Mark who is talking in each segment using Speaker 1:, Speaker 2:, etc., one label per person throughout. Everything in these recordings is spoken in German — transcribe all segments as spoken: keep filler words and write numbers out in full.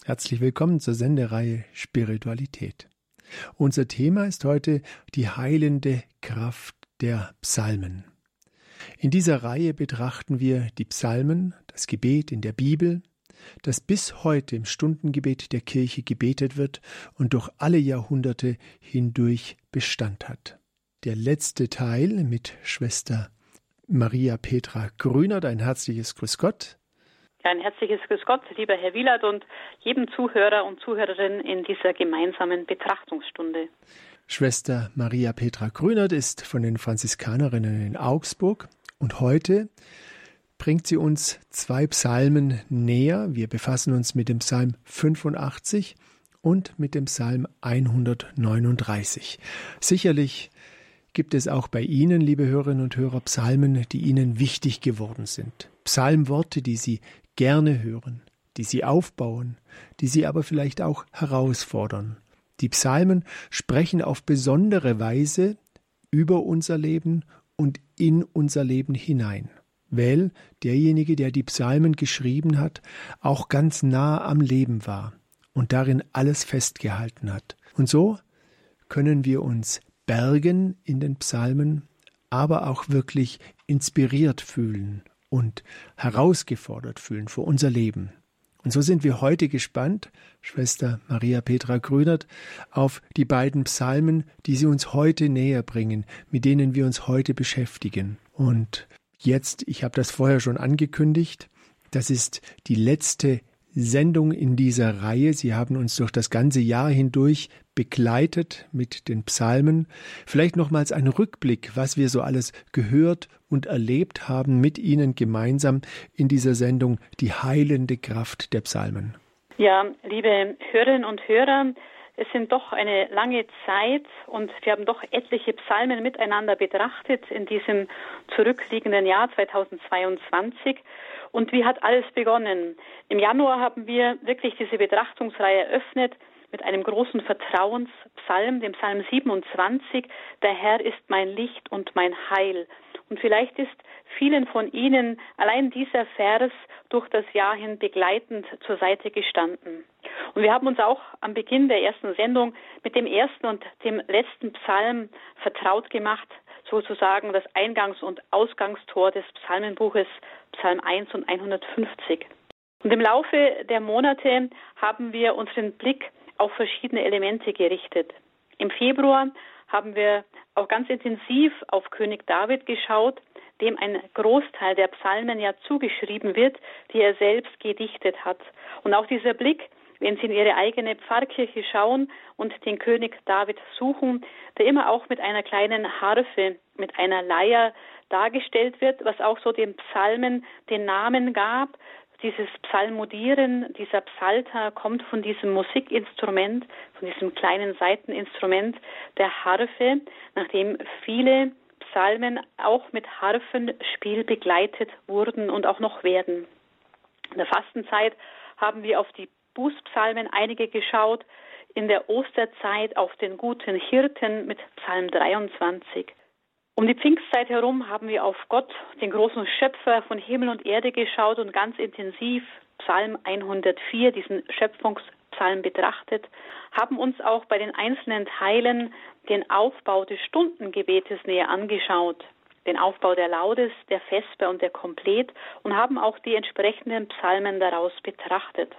Speaker 1: Herzlich willkommen zur Sendereihe Spiritualität. Unser Thema ist heute die heilende Kraft der Psalmen. In dieser Reihe betrachten wir die Psalmen, das Gebet in der Bibel, das bis heute im Stundengebet der Kirche gebetet wird und durch alle Jahrhunderte hindurch Bestand hat. Der letzte Teil mit Schwester Maria Petra Grünert, ein herzliches Grüß Gott.
Speaker 2: Ein herzliches Grüß Gott, lieber Herr Wielert und jedem Zuhörer und Zuhörerin in dieser gemeinsamen Betrachtungsstunde.
Speaker 1: Schwester Maria Petra Grünert ist von den Franziskanerinnen in Augsburg und heute bringt sie uns zwei Psalmen näher. Wir befassen uns mit dem Psalm fünfundachtzig und mit dem Psalm hundertneununddreißig. Sicherlich gibt es auch bei Ihnen, liebe Hörerinnen und Hörer, Psalmen, die Ihnen wichtig geworden sind. Psalmworte, die Sie gerne hören, die Sie aufbauen, die Sie aber vielleicht auch herausfordern. Die Psalmen sprechen auf besondere Weise über unser Leben und in unser Leben hinein, weil derjenige, der die Psalmen geschrieben hat, auch ganz nah am Leben war und darin alles festgehalten hat. Und so können wir uns bergen in den Psalmen, aber auch wirklich inspiriert fühlen und herausgefordert fühlen für unser Leben. Und so sind wir heute gespannt, Schwester Maria Petra Grünert, auf die beiden Psalmen, die sie uns heute näher bringen, mit denen wir uns heute beschäftigen. Und jetzt, ich habe das vorher schon angekündigt, das ist die letzte Sendung in dieser Reihe. Sie haben uns durch das ganze Jahr hindurch begleitet mit den Psalmen. Vielleicht nochmals ein Rückblick, was wir so alles gehört und erlebt haben mit Ihnen gemeinsam in dieser Sendung, die heilende Kraft der Psalmen.
Speaker 2: Ja, liebe Hörerinnen und Hörer, es sind doch eine lange Zeit und wir haben doch etliche Psalmen miteinander betrachtet in diesem zurückliegenden Jahr zweitausendzweiundzwanzig. Und wie hat alles begonnen? Im Januar haben wir wirklich diese Betrachtungsreihe eröffnet mit einem großen Vertrauenspsalm, dem Psalm siebenundzwanzig. Der Herr ist mein Licht und mein Heil. Und vielleicht ist vielen von Ihnen allein dieser Vers durch das Jahr hin begleitend zur Seite gestanden. Und wir haben uns auch am Beginn der ersten Sendung mit dem ersten und dem letzten Psalm vertraut gemacht, sozusagen das Eingangs- und Ausgangstor des Psalmenbuches Psalm eins und hundertfünfzig. Und im Laufe der Monate haben wir unseren Blick auf verschiedene Elemente gerichtet. Im Februar haben wir auch ganz intensiv auf König David geschaut, dem ein Großteil der Psalmen ja zugeschrieben wird, die er selbst gedichtet hat. Und auch dieser Blick, wenn Sie in Ihre eigene Pfarrkirche schauen und den König David suchen, der immer auch mit einer kleinen Harfe, mit einer Leier dargestellt wird, was auch so den Psalmen den Namen gab. Dieses Psalmodieren, dieser Psalter kommt von diesem Musikinstrument, von diesem kleinen Saiteninstrument der Harfe, nachdem viele Psalmen auch mit Harfenspiel begleitet wurden und auch noch werden. In der Fastenzeit haben wir auf die Bußpsalmen einige geschaut, in der Osterzeit auf den guten Hirten mit Psalm dreiundzwanzig. Um die Pfingstzeit herum haben wir auf Gott, den großen Schöpfer von Himmel und Erde, geschaut und ganz intensiv Psalm hundertvier, diesen Schöpfungspsalm betrachtet, haben uns auch bei den einzelnen Teilen den Aufbau des Stundengebetes näher angeschaut, den Aufbau der Laudes, der Vesper und der Komplet und haben auch die entsprechenden Psalmen daraus betrachtet.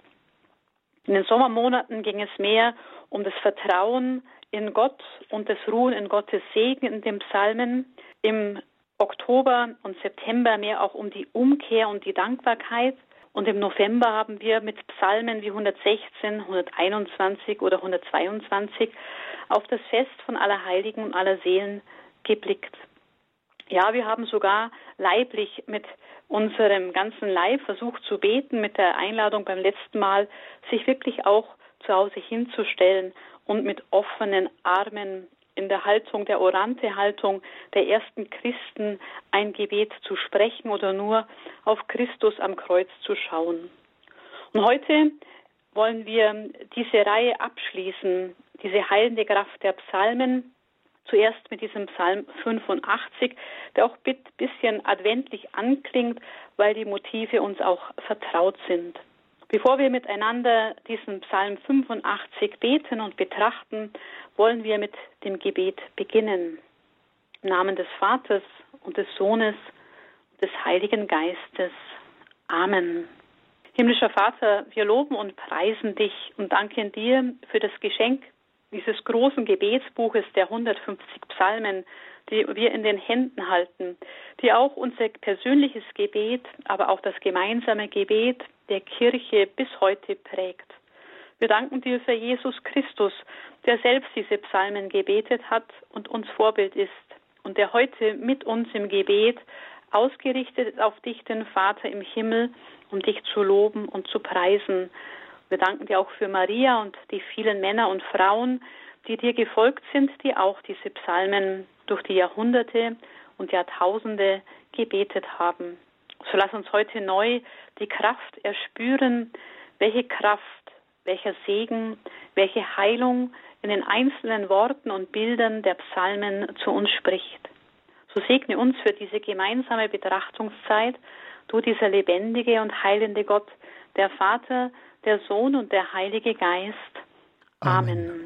Speaker 2: In den Sommermonaten ging es mehr um das Vertrauen in Gott und das Ruhen in Gottes Segen in den Psalmen. Im Oktober und September mehr auch um die Umkehr und die Dankbarkeit. Und im November haben wir mit Psalmen wie hundertsechzehn, hunderteinundzwanzig oder hundertzweiundzwanzig auf das Fest von Allerheiligen und aller Seelen geblickt. Ja, wir haben sogar leiblich mit unserem ganzen Leib versucht zu beten, mit der Einladung beim letzten Mal, sich wirklich auch zu Hause hinzustellen und mit offenen Armen in der Haltung, der Orante-Haltung der ersten Christen ein Gebet zu sprechen oder nur auf Christus am Kreuz zu schauen. Und heute wollen wir diese Reihe abschließen, diese heilende Kraft der Psalmen, zuerst mit diesem Psalm fünfundachtzig, der auch ein bisschen adventlich anklingt, weil die Motive uns auch vertraut sind. Bevor wir miteinander diesen Psalm fünfundachtzig beten und betrachten, wollen wir mit dem Gebet beginnen. Im Namen des Vaters und des Sohnes und des Heiligen Geistes. Amen. Himmlischer Vater, wir loben und preisen dich und danken dir für das Geschenk dieses großen Gebetsbuches der hundertfünfzig Psalmen, die wir in den Händen halten, die auch unser persönliches Gebet, aber auch das gemeinsame Gebet der Kirche bis heute prägt. Wir danken dir für Jesus Christus, der selbst diese Psalmen gebetet hat und uns Vorbild ist und der heute mit uns im Gebet ausgerichtet ist auf dich, den Vater im Himmel, um dich zu loben und zu preisen. Wir danken dir auch für Maria und die vielen Männer und Frauen, die dir gefolgt sind, die auch diese Psalmen durch die Jahrhunderte und Jahrtausende gebetet haben. So lass uns heute neu die Kraft erspüren, welche Kraft, welcher Segen, welche Heilung in den einzelnen Worten und Bildern der Psalmen zu uns spricht. So segne uns für diese gemeinsame Betrachtungszeit, du dieser lebendige und heilende Gott, der Vater, der Sohn und der Heilige Geist. Amen. Amen.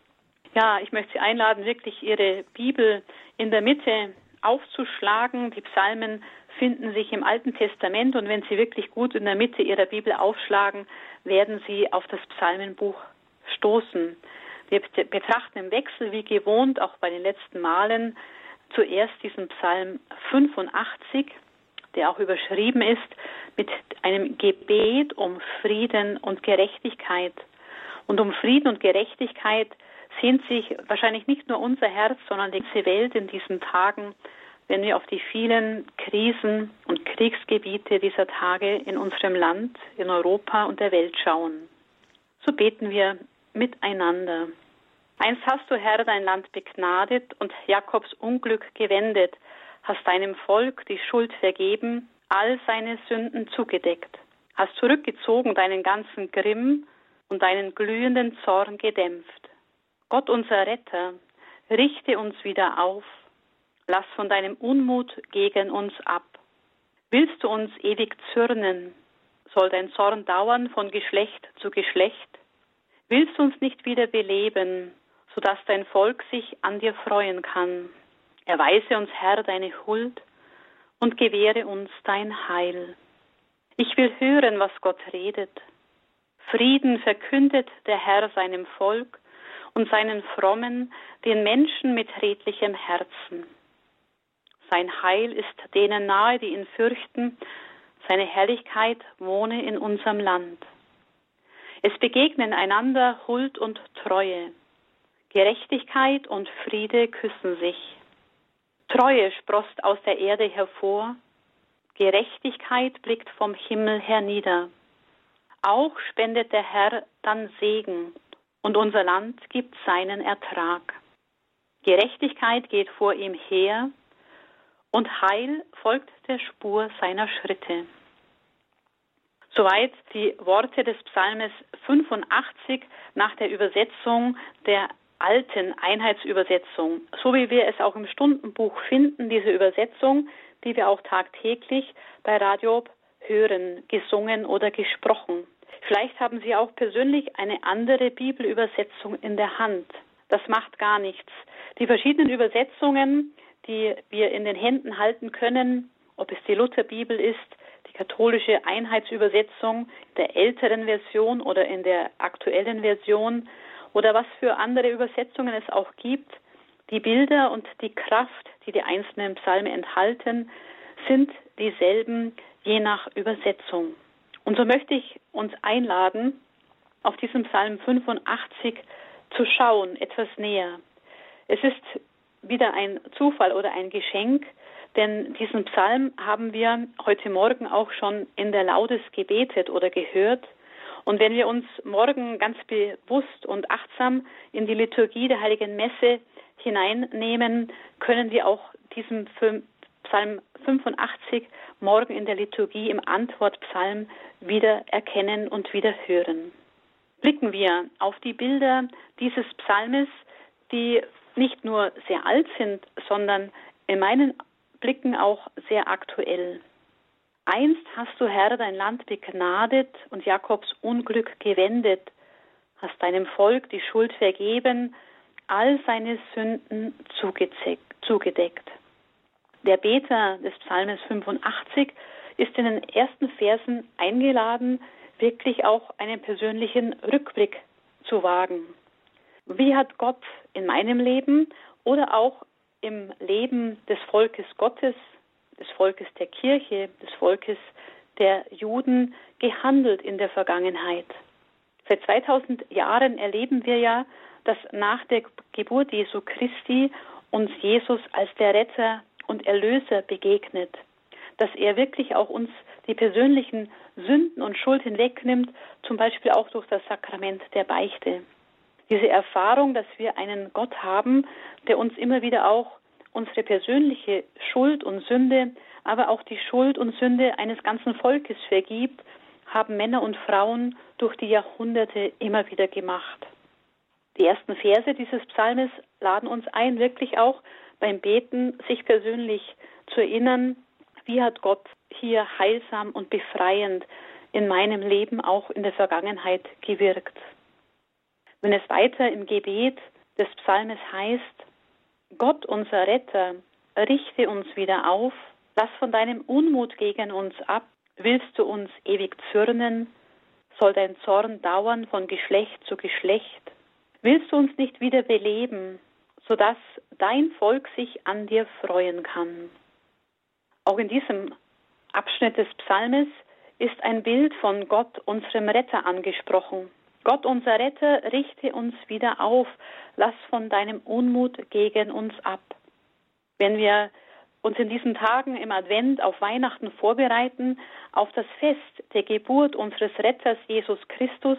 Speaker 2: Ja, ich möchte Sie einladen, wirklich Ihre Bibel in der Mitte aufzuschlagen. Die Psalmen finden sich im Alten Testament und wenn Sie wirklich gut in der Mitte Ihrer Bibel aufschlagen, werden Sie auf das Psalmenbuch stoßen. Wir betrachten im Wechsel, wie gewohnt, auch bei den letzten Malen, zuerst diesen Psalm fünfundachtzig, der auch überschrieben ist mit einem Gebet um Frieden und Gerechtigkeit. Und um Frieden und Gerechtigkeit sehnt sich wahrscheinlich nicht nur unser Herz, sondern die ganze Welt in diesen Tagen, wenn wir auf die vielen Krisen und Kriegsgebiete dieser Tage in unserem Land, in Europa und der Welt schauen. So beten wir miteinander. Einst hast du, Herr, dein Land begnadet und Jakobs Unglück gewendet, hast deinem Volk die Schuld vergeben, all seine Sünden zugedeckt, hast zurückgezogen deinen ganzen Grimm und deinen glühenden Zorn gedämpft. Gott, unser Retter, richte uns wieder auf, lass von deinem Unmut gegen uns ab. Willst du uns ewig zürnen, soll dein Zorn dauern von Geschlecht zu Geschlecht? Willst du uns nicht wieder beleben, sodass dein Volk sich an dir freuen kann? Erweise uns, Herr, deine Huld und gewähre uns dein Heil. Ich will hören, was Gott redet. Frieden verkündet der Herr seinem Volk und seinen Frommen, den Menschen mit redlichem Herzen. Sein Heil ist denen nahe, die ihn fürchten, seine Herrlichkeit wohne in unserem Land. Es begegnen einander Huld und Treue, Gerechtigkeit und Friede küssen sich. Treue sproßt aus der Erde hervor, Gerechtigkeit blickt vom Himmel hernieder. Auch spendet der Herr dann Segen, und unser Land gibt seinen Ertrag. Gerechtigkeit geht vor ihm her, und Heil folgt der Spur seiner Schritte. Soweit die Worte des Psalmes fünfundachtzig nach der Übersetzung der alten Einheitsübersetzung, so wie wir es auch im Stundenbuch finden, diese Übersetzung, die wir auch tagtäglich bei Radio hören, gesungen oder gesprochen. Vielleicht haben Sie auch persönlich eine andere Bibelübersetzung in der Hand. Das macht gar nichts. Die verschiedenen Übersetzungen, die wir in den Händen halten können, ob es die Lutherbibel ist, die katholische Einheitsübersetzung der älteren Version oder in der aktuellen Version oder was für andere Übersetzungen es auch gibt, die Bilder und die Kraft, die die einzelnen Psalmen enthalten, sind dieselben je nach Übersetzung. Und so möchte ich uns einladen, auf diesen Psalm fünfundachtzig zu schauen, etwas näher. Es ist wieder ein Zufall oder ein Geschenk, denn diesen Psalm haben wir heute Morgen auch schon in der Laudes gebetet oder gehört. Und wenn wir uns morgen ganz bewusst und achtsam in die Liturgie der Heiligen Messe hineinnehmen, können wir auch diesen Psalm fünfundachtzig morgen in der Liturgie im Antwortpsalm wieder erkennen und wieder hören. Blicken wir auf die Bilder dieses Psalmes, die nicht nur sehr alt sind, sondern in meinen Blicken auch sehr aktuell. Einst hast du, Herr, dein Land begnadet und Jakobs Unglück gewendet, hast deinem Volk die Schuld vergeben, all seine Sünden zugedeckt. Der Beter des Psalmes fünfundachtzig ist in den ersten Versen eingeladen, wirklich auch einen persönlichen Rückblick zu wagen. Wie hat Gott in meinem Leben oder auch im Leben des Volkes Gottes, des Volkes der Kirche, des Volkes der Juden gehandelt in der Vergangenheit? Seit zweitausend Jahren erleben wir ja, dass nach der Geburt Jesu Christi uns Jesus als der Retter und Erlöser begegnet, dass er wirklich auch uns die persönlichen Sünden und Schuld hinwegnimmt, zum Beispiel auch durch das Sakrament der Beichte. Diese Erfahrung, dass wir einen Gott haben, der uns immer wieder auch unsere persönliche Schuld und Sünde, aber auch die Schuld und Sünde eines ganzen Volkes vergibt, haben Männer und Frauen durch die Jahrhunderte immer wieder gemacht. Die ersten Verse dieses Psalmes laden uns ein, wirklich auch beim Beten sich persönlich zu erinnern, wie hat Gott hier heilsam und befreiend in meinem Leben auch in der Vergangenheit gewirkt. Wenn es weiter im Gebet des Psalmes heißt, Gott, unser Retter, richte uns wieder auf, lass von deinem Unmut gegen uns ab, willst du uns ewig zürnen, soll dein Zorn dauern von Geschlecht zu Geschlecht, willst du uns nicht wieder beleben, sodass dein Volk sich an dir freuen kann. Auch in diesem Abschnitt des Psalmes ist ein Bild von Gott, unserem Retter, angesprochen. Gott, unser Retter, richte uns wieder auf, lass von deinem Unmut gegen uns ab. Wenn wir uns in diesen Tagen im Advent auf Weihnachten vorbereiten, auf das Fest der Geburt unseres Retters Jesus Christus,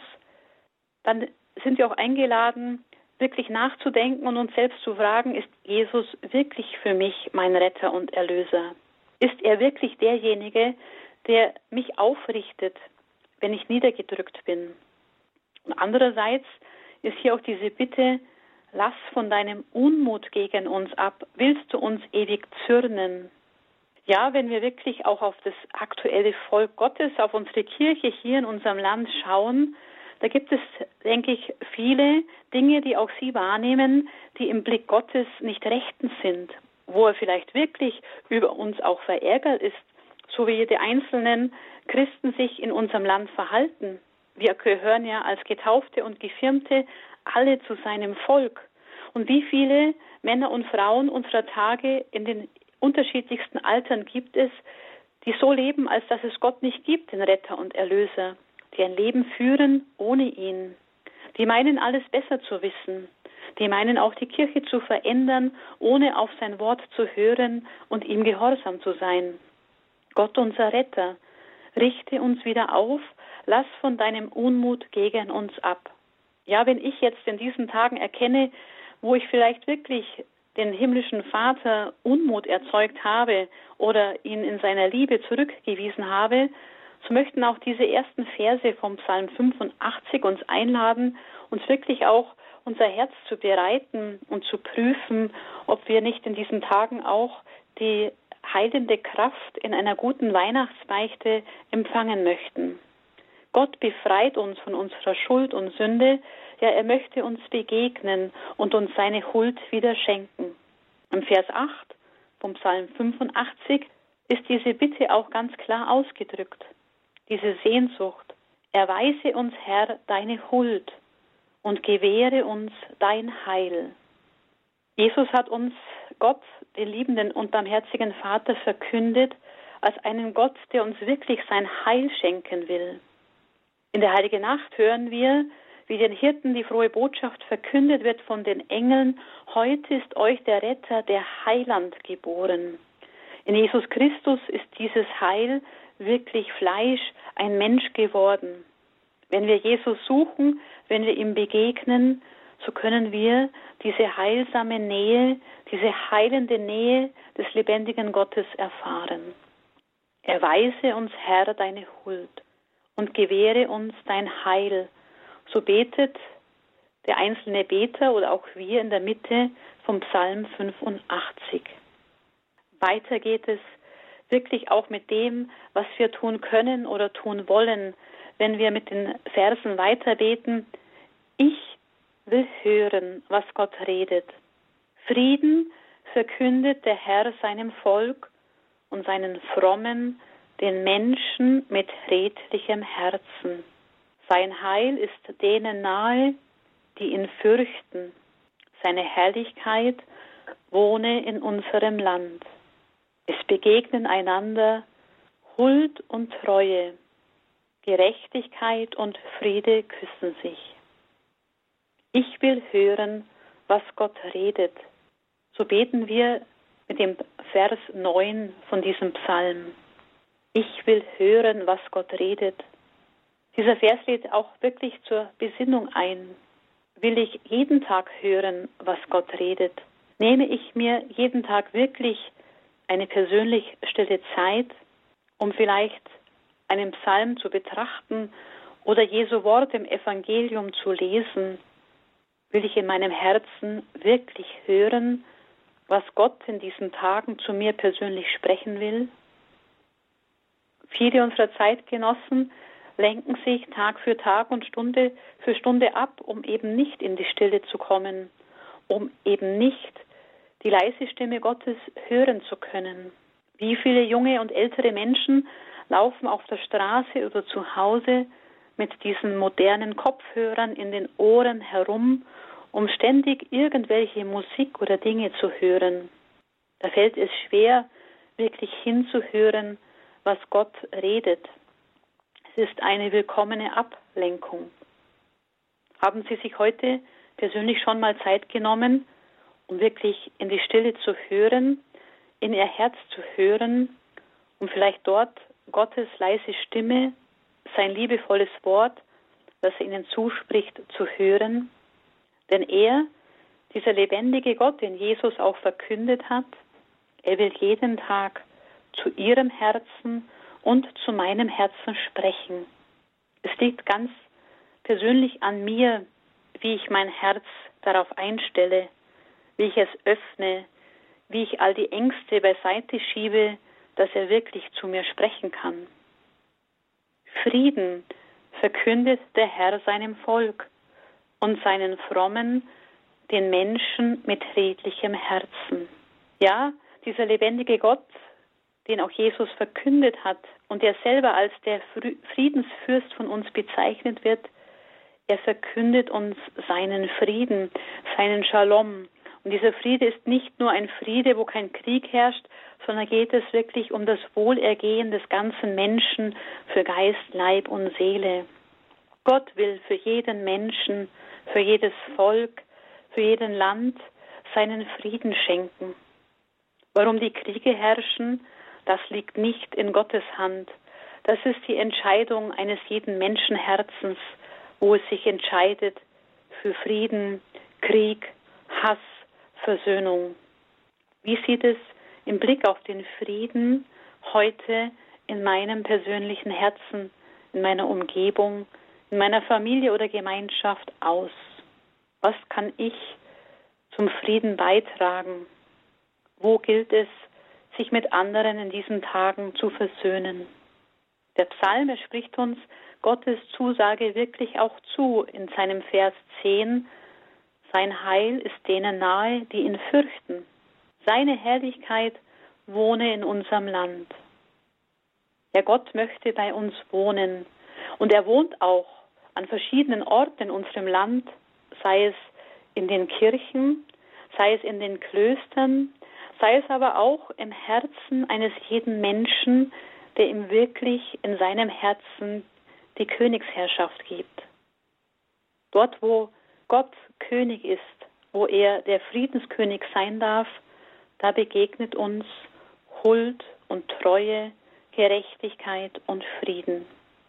Speaker 2: dann sind wir auch eingeladen, wirklich nachzudenken und uns selbst zu fragen, ist Jesus wirklich für mich mein Retter und Erlöser? Ist er wirklich derjenige, der mich aufrichtet, wenn ich niedergedrückt bin? Und andererseits ist hier auch diese Bitte, lass von deinem Unmut gegen uns ab, willst du uns ewig zürnen? Ja, wenn wir wirklich auch auf das aktuelle Volk Gottes, auf unsere Kirche hier in unserem Land schauen, da gibt es, denke ich, viele Dinge, die auch Sie wahrnehmen, die im Blick Gottes nicht rechtens sind, wo er vielleicht wirklich über uns auch verärgert ist, so wie die einzelnen Christen sich in unserem Land verhalten. Wir gehören ja als Getaufte und Gefirmte alle zu seinem Volk. Und wie viele Männer und Frauen unserer Tage in den unterschiedlichsten Altern gibt es, die so leben, als dass es Gott nicht gibt, den Retter und Erlöser, die ein Leben führen ohne ihn. Die meinen, alles besser zu wissen. Die meinen auch, die Kirche zu verändern, ohne auf sein Wort zu hören und ihm gehorsam zu sein. Gott, unser Retter, richte uns wieder auf, lass von deinem Unmut gegen uns ab. Ja, wenn ich jetzt in diesen Tagen erkenne, wo ich vielleicht wirklich den himmlischen Vater Unmut erzeugt habe oder ihn in seiner Liebe zurückgewiesen habe, so möchten auch diese ersten Verse vom Psalm fünfundachtzig uns einladen, uns wirklich auch unser Herz zu bereiten und zu prüfen, ob wir nicht in diesen Tagen auch die heilende Kraft in einer guten Weihnachtsbeichte empfangen möchten. Gott befreit uns von unserer Schuld und Sünde, ja, er möchte uns begegnen und uns seine Huld wieder schenken. Im Vers acht vom Psalm fünfundachtzig ist diese Bitte auch ganz klar ausgedrückt, diese Sehnsucht. Erweise uns, Herr, deine Huld und gewähre uns dein Heil. Jesus hat uns Gott, den liebenden und barmherzigen Vater, verkündet als einen Gott, der uns wirklich sein Heil schenken will. In der Heiligen Nacht hören wir, wie den Hirten die frohe Botschaft verkündet wird von den Engeln: Heute ist euch der Retter, der Heiland, geboren. In Jesus Christus ist dieses Heil wirklich Fleisch, ein Mensch geworden. Wenn wir Jesus suchen, wenn wir ihm begegnen, so können wir diese heilsame Nähe, diese heilende Nähe des lebendigen Gottes erfahren. Erweise uns, Herr, deine Huld und gewähre uns dein Heil. So betet der einzelne Beter oder auch wir in der Mitte vom Psalm fünfundachtzig. Weiter geht es: wirklich auch mit dem, was wir tun können oder tun wollen, wenn wir mit den Versen weiterbeten. Ich will hören, was Gott redet. Frieden verkündet der Herr seinem Volk und seinen Frommen, den Menschen mit redlichem Herzen. Sein Heil ist denen nahe, die ihn fürchten. Seine Herrlichkeit wohne in unserem Land. Es begegnen einander Huld und Treue, Gerechtigkeit und Friede küssen sich. Ich will hören, was Gott redet. So beten wir mit dem Vers neun von diesem Psalm. Ich will hören, was Gott redet. Dieser Vers lädt auch wirklich zur Besinnung ein. Will ich jeden Tag hören, was Gott redet? Nehme ich mir jeden Tag wirklich eine persönlich stille Zeit, um vielleicht einen Psalm zu betrachten oder Jesu Wort im Evangelium zu lesen? Will ich in meinem Herzen wirklich hören, was Gott in diesen Tagen zu mir persönlich sprechen will? Viele unserer Zeitgenossen lenken sich Tag für Tag und Stunde für Stunde ab, um eben nicht in die Stille zu kommen, um eben nicht die leise Stimme Gottes hören zu können. Wie viele junge und ältere Menschen laufen auf der Straße oder zu Hause mit diesen modernen Kopfhörern in den Ohren herum, um ständig irgendwelche Musik oder Dinge zu hören. Da fällt es schwer, wirklich hinzuhören, was Gott redet. Es ist eine willkommene Ablenkung. Haben Sie sich heute persönlich schon mal Zeit genommen, um wirklich in die Stille zu hören, in Ihr Herz zu hören, um vielleicht dort Gottes leise Stimme, sein liebevolles Wort, das er Ihnen zuspricht, zu hören? Denn er, dieser lebendige Gott, den Jesus auch verkündet hat, er will jeden Tag zu Ihrem Herzen und zu meinem Herzen sprechen. Es liegt ganz persönlich an mir, wie ich mein Herz darauf einstelle, wie ich es öffne, wie ich all die Ängste beiseite schiebe, dass er wirklich zu mir sprechen kann. Frieden verkündet der Herr seinem Volk und seinen Frommen, den Menschen mit redlichem Herzen. Ja, dieser lebendige Gott, den auch Jesus verkündet hat und der selber als der Friedensfürst von uns bezeichnet wird, er verkündet uns seinen Frieden, seinen Shalom. Und dieser Friede ist nicht nur ein Friede, wo kein Krieg herrscht, sondern geht es wirklich um das Wohlergehen des ganzen Menschen für Geist, Leib und Seele. Gott will für jeden Menschen, für jedes Volk, für jeden Land seinen Frieden schenken. Warum die Kriege herrschen, das liegt nicht in Gottes Hand. Das ist die Entscheidung eines jeden Menschenherzens, wo es sich entscheidet für Frieden, Krieg, Hass, Versöhnung. Wie sieht es im Blick auf den Frieden heute in meinem persönlichen Herzen, in meiner Umgebung, in meiner Familie oder Gemeinschaft aus? Was kann ich zum Frieden beitragen? Wo gilt es, sich mit anderen in diesen Tagen zu versöhnen? Der Psalm spricht uns Gottes Zusage wirklich auch zu in seinem Vers zehn. Sein Heil ist denen nahe, die ihn fürchten. Seine Herrlichkeit wohne in unserem Land. Der Gott möchte bei uns wohnen. Und er wohnt auch an verschiedenen Orten in unserem Land, sei es in den Kirchen, sei es in den Klöstern, sei es aber auch im Herzen eines jeden Menschen, der ihm wirklich in seinem Herzen die Königsherrschaft gibt. Dort, wo Gott König ist, wo er der Friedenskönig sein darf, da begegnet uns Huld und Treue, Gerechtigkeit und Frieden.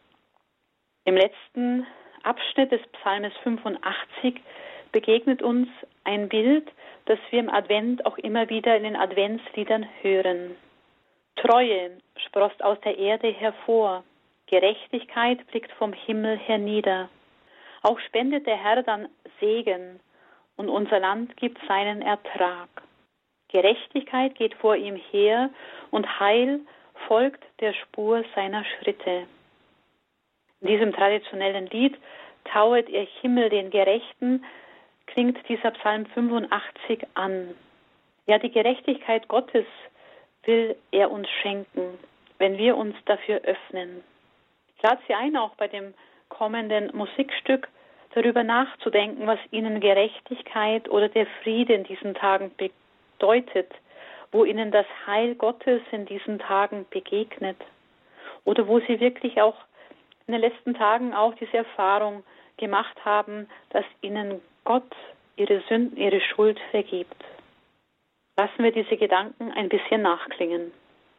Speaker 2: Im letzten Abschnitt des Psalmes fünfundachtzig begegnet uns ein Bild, das wir im Advent auch immer wieder in den Adventsliedern hören. Treue sproßt aus der Erde hervor, Gerechtigkeit blickt vom Himmel hernieder. Auch spendet der Herr dann Segen und unser Land gibt seinen Ertrag. Gerechtigkeit geht vor ihm her und Heil folgt der Spur seiner Schritte. In diesem traditionellen Lied Tauet ihr Himmel den Gerechten, klingt dieser Psalm fünfundachtzig an. Ja, die Gerechtigkeit Gottes will er uns schenken, wenn wir uns dafür öffnen. Ich lade Sie ein, auch bei dem kommenden Musikstück darüber nachzudenken, was Ihnen Gerechtigkeit oder der Friede in diesen Tagen bedeutet, wo Ihnen das Heil Gottes in diesen Tagen begegnet oder wo Sie wirklich auch in den letzten Tagen auch diese Erfahrung gemacht haben, dass Ihnen Gott Ihre Sünden, Ihre Schuld vergibt. Lassen wir diese Gedanken ein bisschen nachklingen.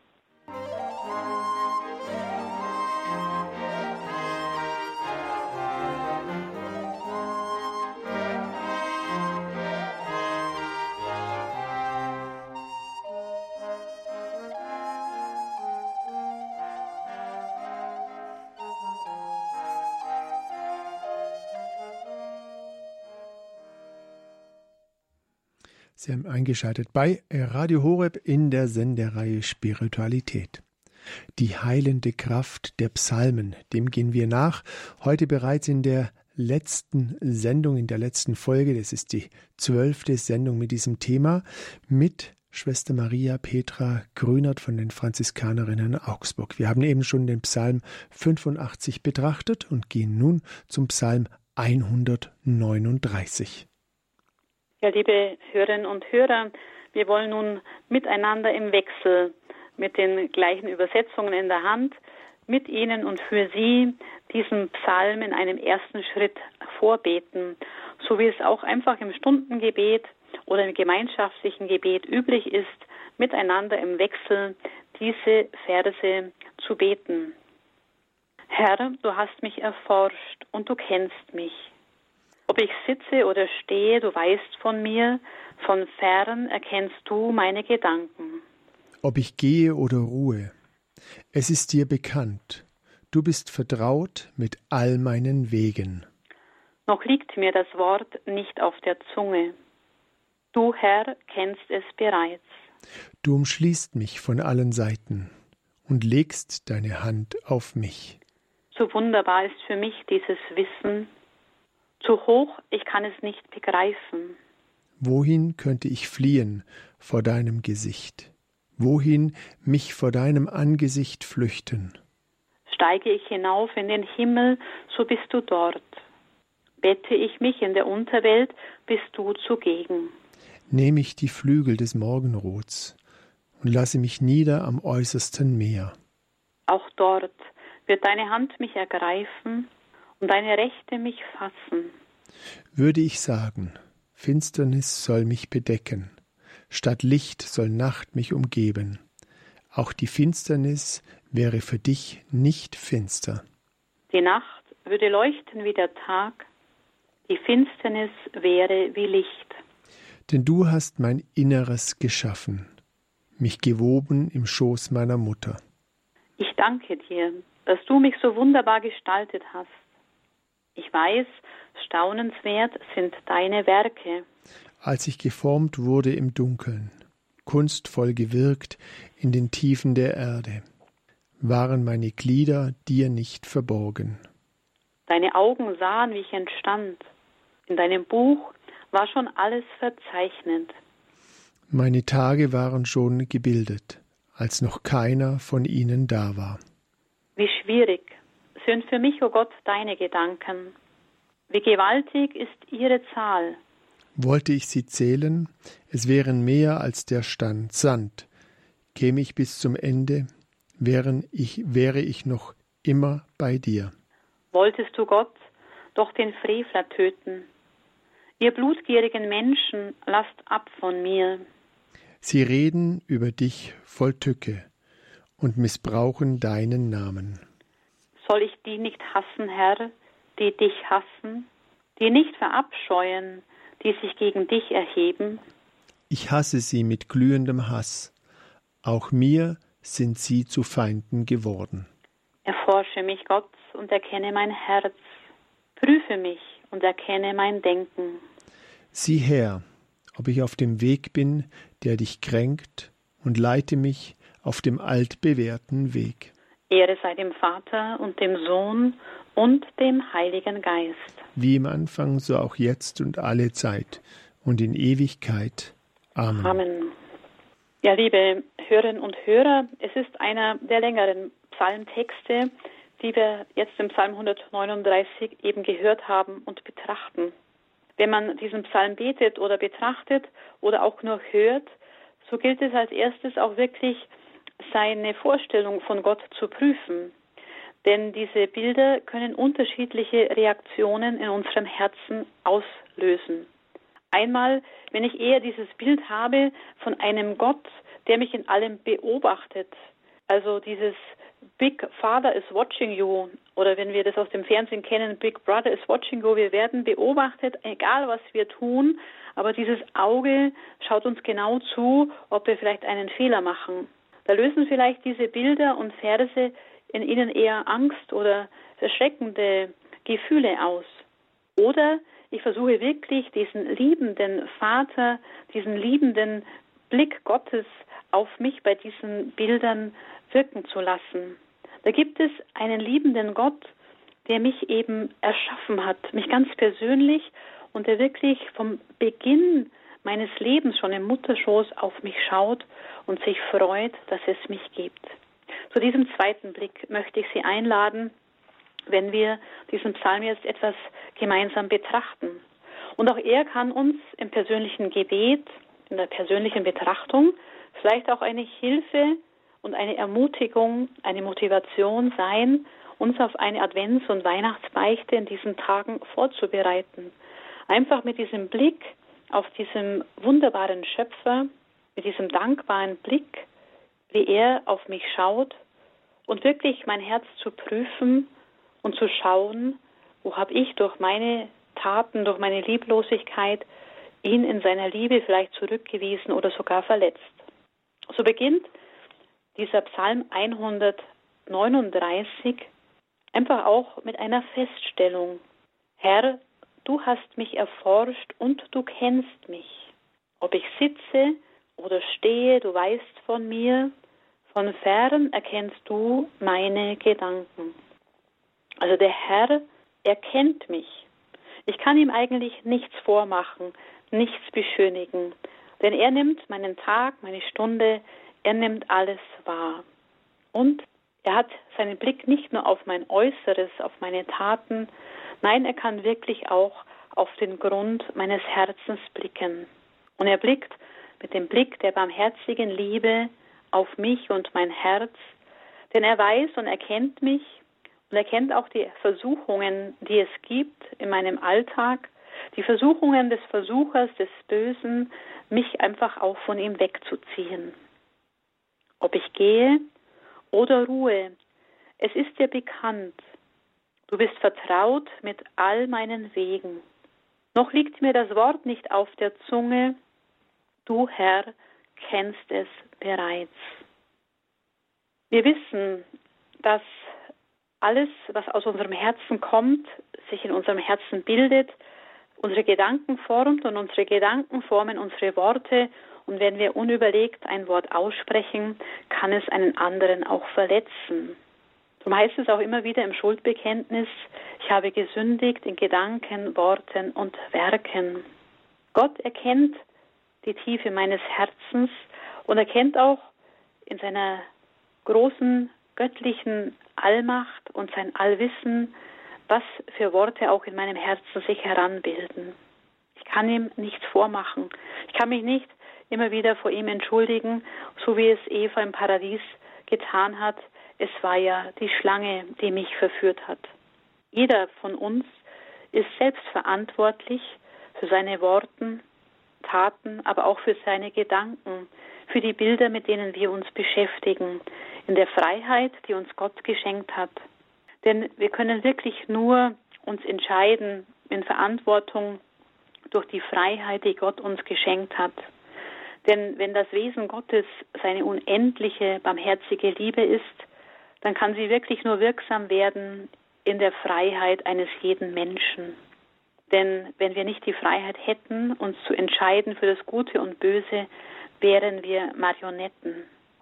Speaker 1: Sie haben eingeschaltet bei Radio Horeb in der Sendereihe Spiritualität. Die heilende Kraft der Psalmen, dem gehen wir nach. Heute bereits in der letzten Sendung, in der letzten Folge, das ist die zwölfte Sendung mit diesem Thema, mit Schwester Maria Petra Grünert von den Franziskanerinnen Augsburg. Wir haben eben schon den Psalm fünfundachtzig betrachtet und gehen nun zum Psalm hundertneununddreißig.
Speaker 2: Ja, liebe Hörerinnen und Hörer, wir wollen nun miteinander im Wechsel mit den gleichen Übersetzungen in der Hand mit Ihnen und für Sie diesen Psalm in einem ersten Schritt vorbeten, so wie es auch einfach im Stundengebet oder im gemeinschaftlichen Gebet üblich ist, miteinander im Wechsel diese Verse zu beten. Herr, du hast mich erforscht und du kennst mich. Ob ich sitze oder stehe, du weißt von mir, von fern erkennst du meine Gedanken.
Speaker 1: Ob ich gehe oder ruhe, es ist dir bekannt, du bist vertraut mit all meinen Wegen.
Speaker 2: Noch liegt mir das Wort nicht auf der Zunge. Du, Herr, kennst es bereits.
Speaker 1: Du umschließt mich von allen Seiten und legst deine Hand auf mich.
Speaker 2: So wunderbar ist für mich dieses Wissen, zu hoch, ich kann es nicht begreifen.
Speaker 1: Wohin könnte ich fliehen vor deinem Gesicht? Wohin mich vor deinem Angesicht flüchten?
Speaker 2: Steige ich hinauf in den Himmel, so bist du dort. Bette ich mich in der Unterwelt, bist du zugegen.
Speaker 1: Nehme ich die Flügel des Morgenrots und lasse mich nieder am äußersten Meer.
Speaker 2: Auch dort wird deine Hand mich ergreifen und deine Rechte mich fassen.
Speaker 1: Würde ich sagen, Finsternis soll mich bedecken, statt Licht soll Nacht mich umgeben. Auch die Finsternis wäre für dich nicht finster.
Speaker 2: Die Nacht würde leuchten wie der Tag, die Finsternis wäre wie Licht.
Speaker 1: Denn du hast mein Inneres geschaffen, mich gewoben im Schoß meiner Mutter.
Speaker 2: Ich danke dir, dass du mich so wunderbar gestaltet hast. Ich weiß, staunenswert sind deine Werke.
Speaker 1: Als ich geformt wurde im Dunkeln, kunstvoll gewirkt in den Tiefen der Erde, waren meine Glieder dir nicht verborgen.
Speaker 2: Deine Augen sahen, wie ich entstand. In deinem Buch war schon alles verzeichnet.
Speaker 1: Meine Tage waren schon gebildet, als noch keiner von ihnen da war.
Speaker 2: Wie schwierig sind für mich, o oh Gott, deine Gedanken. Wie gewaltig ist ihre Zahl.
Speaker 1: Wollte ich sie zählen, es wären mehr als der Stand Sand. Käme ich bis zum Ende, wären ich, wäre ich noch immer bei dir.
Speaker 2: Wolltest du, Gott, doch den Frevler töten. Ihr blutgierigen Menschen, lasst ab von mir.
Speaker 1: Sie reden über dich voll Tücke und missbrauchen deinen Namen.
Speaker 2: Soll ich die nicht hassen, Herr, die dich hassen, die nicht verabscheuen, die sich gegen dich erheben?
Speaker 1: Ich hasse sie mit glühendem Hass. Auch mir sind sie zu Feinden geworden.
Speaker 2: Erforsche mich, Gott, und erkenne mein Herz. Prüfe mich und erkenne mein Denken.
Speaker 1: Sieh her, ob ich auf dem Weg bin, der dich kränkt, und leite mich auf dem altbewährten Weg.
Speaker 2: Ehre sei dem Vater und dem Sohn und dem Heiligen Geist.
Speaker 1: Wie im Anfang, so auch jetzt und alle Zeit und in Ewigkeit. Amen.
Speaker 2: Amen. Ja, liebe Hörerinnen und Hörer, es ist einer der längeren Psalmtexte, die wir jetzt im Psalm hundertneununddreißig eben gehört haben und betrachten. Wenn man diesen Psalm betet oder betrachtet oder auch nur hört, so gilt es als erstes auch wirklich, seine Vorstellung von Gott zu prüfen. Denn diese Bilder können unterschiedliche Reaktionen in unserem Herzen auslösen. Einmal, wenn ich eher dieses Bild habe von einem Gott, der mich in allem beobachtet, also dieses Big Father is watching you, oder wenn wir das aus dem Fernsehen kennen, Big Brother is watching you, wir werden beobachtet, egal was wir tun, aber dieses Auge schaut uns genau zu, ob wir vielleicht einen Fehler machen. Da lösen vielleicht diese Bilder und Verse in ihnen eher Angst oder erschreckende Gefühle aus. Oder ich versuche wirklich diesen liebenden Vater, diesen liebenden Blick Gottes auf mich bei diesen Bildern wirken zu lassen. Da gibt es einen liebenden Gott, der mich eben erschaffen hat, mich ganz persönlich, und der wirklich vom Beginn meines Lebens schon im Mutterschoß auf mich schaut und sich freut, dass es mich gibt. Zu diesem zweiten Blick möchte ich Sie einladen, wenn wir diesen Psalm jetzt etwas gemeinsam betrachten. Und auch er kann uns im persönlichen Gebet, in der persönlichen Betrachtung, vielleicht auch eine Hilfe und eine Ermutigung, eine Motivation sein, uns auf eine Advents- und Weihnachtsbeichte in diesen Tagen vorzubereiten. Einfach mit diesem Blick auf diesen wunderbaren Schöpfer, mit diesem dankbaren Blick, wie er auf mich schaut, und wirklich mein Herz zu prüfen und zu schauen, wo habe ich durch meine Taten, durch meine Lieblosigkeit ihn in seiner Liebe vielleicht zurückgewiesen oder sogar verletzt. So beginnt dieser Psalm hundertneununddreißig einfach auch mit einer Feststellung. Herr, du hast mich erforscht und du kennst mich. Ob ich sitze oder stehe, du weißt von mir. Von fern erkennst du meine Gedanken. Also der Herr erkennt mich. Ich kann ihm eigentlich nichts vormachen, nichts beschönigen. Denn er nimmt meinen Tag, meine Stunde, er nimmt alles wahr. Und er hat seinen Blick nicht nur auf mein Äußeres, auf meine Taten, nein, er kann wirklich auch auf den Grund meines Herzens blicken. Und er blickt mit dem Blick der barmherzigen Liebe auf mich und mein Herz, denn er weiß und erkennt mich und er kennt auch die Versuchungen, die es gibt in meinem Alltag, die Versuchungen des Versuchers, des Bösen, mich einfach auch von ihm wegzuziehen. Ob ich gehe oder ruhe, es ist dir bekannt. Du bist vertraut mit all meinen Wegen. Noch liegt mir das Wort nicht auf der Zunge. Du, Herr, kennst es bereits. Wir wissen, dass alles, was aus unserem Herzen kommt, sich in unserem Herzen bildet, unsere Gedanken formt und unsere Gedanken formen unsere Worte. Und wenn wir unüberlegt ein Wort aussprechen, kann es einen anderen auch verletzen. Darum heißt es auch immer wieder im Schuldbekenntnis, ich habe gesündigt in Gedanken, Worten und Werken. Gott erkennt die Tiefe meines Herzens und erkennt auch in seiner großen göttlichen Allmacht und sein Allwissen, was für Worte auch in meinem Herzen sich heranbilden. Ich kann ihm nichts vormachen. Ich kann mich nicht immer wieder vor ihm entschuldigen, so wie es Eva im Paradies getan hat. Es war ja die Schlange, die mich verführt hat. Jeder von uns ist selbst verantwortlich für seine Worte, Taten, aber auch für seine Gedanken, für die Bilder, mit denen wir uns beschäftigen, in der Freiheit, die uns Gott geschenkt hat. Denn wir können wirklich nur uns entscheiden in Verantwortung durch die Freiheit, die Gott uns geschenkt hat. Denn wenn das Wesen Gottes seine unendliche, barmherzige Liebe ist, dann kann sie wirklich nur wirksam werden in der Freiheit eines jeden Menschen. Denn wenn wir nicht die Freiheit hätten, uns zu entscheiden für das Gute und Böse, wären wir Marionetten.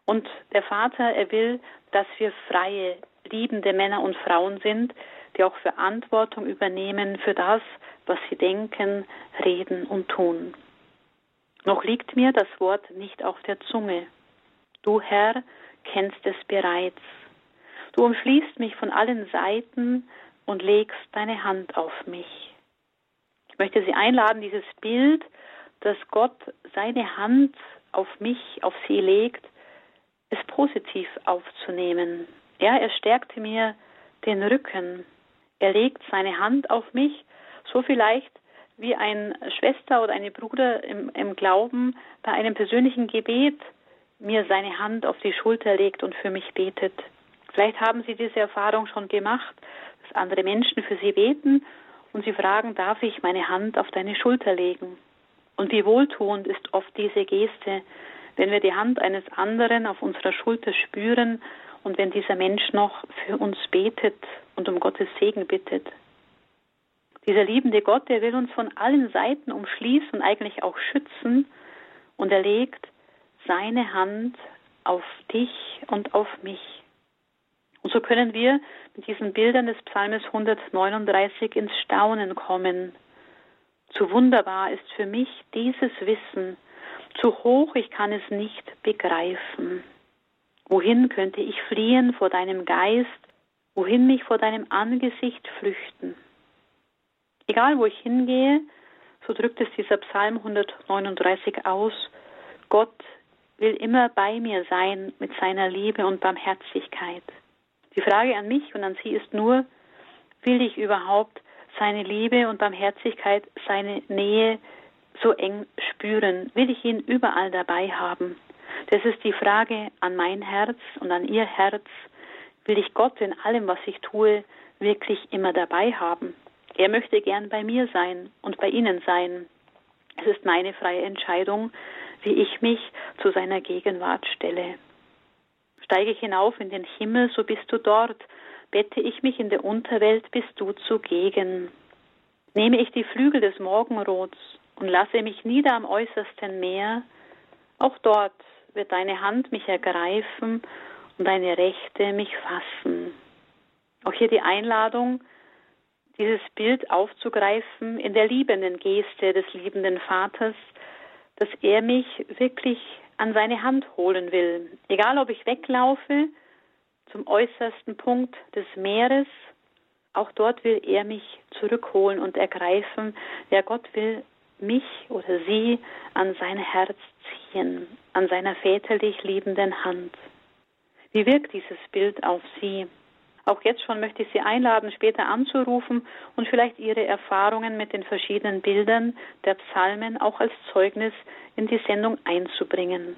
Speaker 2: Und der Vater, er will, dass wir freie, liebende Männer und Frauen sind, die auch Verantwortung übernehmen für das, was sie denken, reden und tun. Noch liegt mir das Wort nicht auf der Zunge. Du, Herr, kennst es bereits. Du umschließt mich von allen Seiten und legst deine Hand auf mich. Ich möchte Sie einladen, dieses Bild, dass Gott seine Hand auf mich, auf Sie legt, es positiv aufzunehmen. Ja, er stärkte mir den Rücken. Er legt seine Hand auf mich, so vielleicht wie ein Schwester oder eine Bruder im, im Glauben bei einem persönlichen Gebet mir seine Hand auf die Schulter legt und für mich betet. Vielleicht haben Sie diese Erfahrung schon gemacht, dass andere Menschen für Sie beten und Sie fragen, darf ich meine Hand auf deine Schulter legen? Und wie wohltuend ist oft diese Geste, wenn wir die Hand eines anderen auf unserer Schulter spüren und wenn dieser Mensch noch für uns betet und um Gottes Segen bittet. Dieser liebende Gott, der will uns von allen Seiten umschließen und eigentlich auch schützen und er legt seine Hand auf dich und auf mich. Und so können wir mit diesen Bildern des Psalmes hundertneununddreißig ins Staunen kommen. Zu wunderbar ist für mich dieses Wissen, zu hoch, ich kann es nicht begreifen. Wohin könnte ich fliehen vor deinem Geist, wohin mich vor deinem Angesicht flüchten? Egal, wo ich hingehe, so drückt es dieser Psalm hundertneununddreißig aus, Gott will immer bei mir sein mit seiner Liebe und Barmherzigkeit. Die Frage an mich und an Sie ist nur, will ich überhaupt seine Liebe und Barmherzigkeit, seine Nähe so eng spüren? Will ich ihn überall dabei haben? Das ist die Frage an mein Herz und an Ihr Herz. Will ich Gott in allem, was ich tue, wirklich immer dabei haben? Er möchte gern bei mir sein und bei Ihnen sein. Es ist meine freie Entscheidung, wie ich mich zu seiner Gegenwart stelle. Steige ich hinauf in den Himmel, so bist du dort. Bette ich mich in der Unterwelt, bist du zugegen. Nehme ich die Flügel des Morgenrots und lasse mich nieder am äußersten Meer, auch dort wird deine Hand mich ergreifen und deine Rechte mich fassen. Auch hier die Einladung, dieses Bild aufzugreifen in der liebenden Geste des liebenden Vaters, dass er mich wirklich an seine Hand holen will. Egal, ob ich weglaufe zum äußersten Punkt des Meeres, auch dort will er mich zurückholen und ergreifen. Ja, Gott will mich oder sie an sein Herz ziehen, an seiner väterlich liebenden Hand. Wie wirkt dieses Bild auf Sie? Auch jetzt schon möchte ich Sie einladen, später anzurufen und vielleicht Ihre Erfahrungen mit den verschiedenen Bildern der Psalmen auch als Zeugnis in die Sendung einzubringen.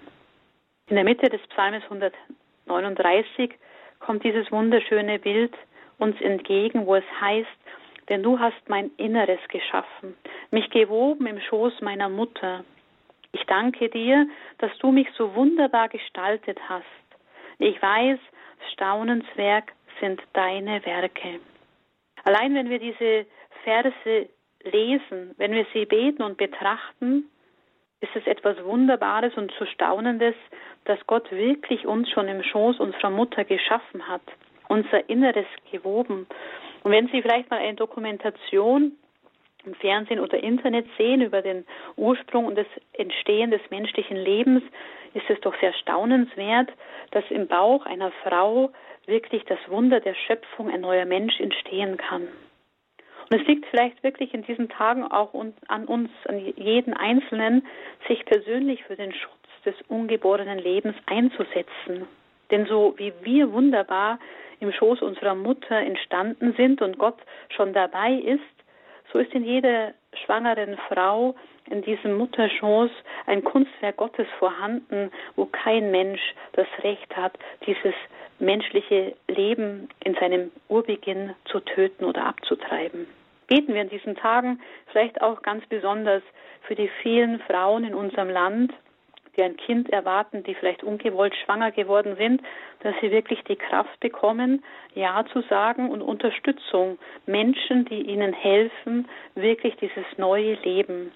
Speaker 2: In der Mitte des Psalmes hundertneununddreißig kommt dieses wunderschöne Bild uns entgegen, wo es heißt, denn du hast mein Inneres geschaffen, mich gewoben im Schoß meiner Mutter. Ich danke dir, dass du mich so wunderbar gestaltet hast. Ich weiß, staunenswert sind deine Werke. Allein wenn wir diese Verse lesen, wenn wir sie beten und betrachten, ist es etwas Wunderbares und zu Staunendes, dass Gott wirklich uns schon im Schoß unserer Mutter geschaffen hat, unser Inneres gewoben. Und wenn Sie vielleicht mal eine Dokumentation im Fernsehen oder Internet sehen über den Ursprung und das Entstehen des menschlichen Lebens, ist es doch sehr staunenswert, dass im Bauch einer Frau wirklich das Wunder der Schöpfung ein neuer Mensch entstehen kann. Und es liegt vielleicht wirklich in diesen Tagen auch an uns, an jeden Einzelnen, sich persönlich für den Schutz des ungeborenen Lebens einzusetzen. Denn so wie wir wunderbar im Schoß unserer Mutter entstanden sind und Gott schon dabei ist, so ist in jeder schwangeren Frau in diesem Mutterschoß ein Kunstwerk Gottes vorhanden, wo kein Mensch das Recht hat, dieses menschliche Leben in seinem Urbeginn zu töten oder abzutreiben. Beten wir in diesen Tagen vielleicht auch ganz besonders für die vielen Frauen in unserem Land, die ein Kind erwarten, die vielleicht ungewollt schwanger geworden sind, dass sie wirklich die Kraft bekommen, Ja zu sagen und Unterstützung, Menschen, die ihnen helfen, wirklich dieses neue Leben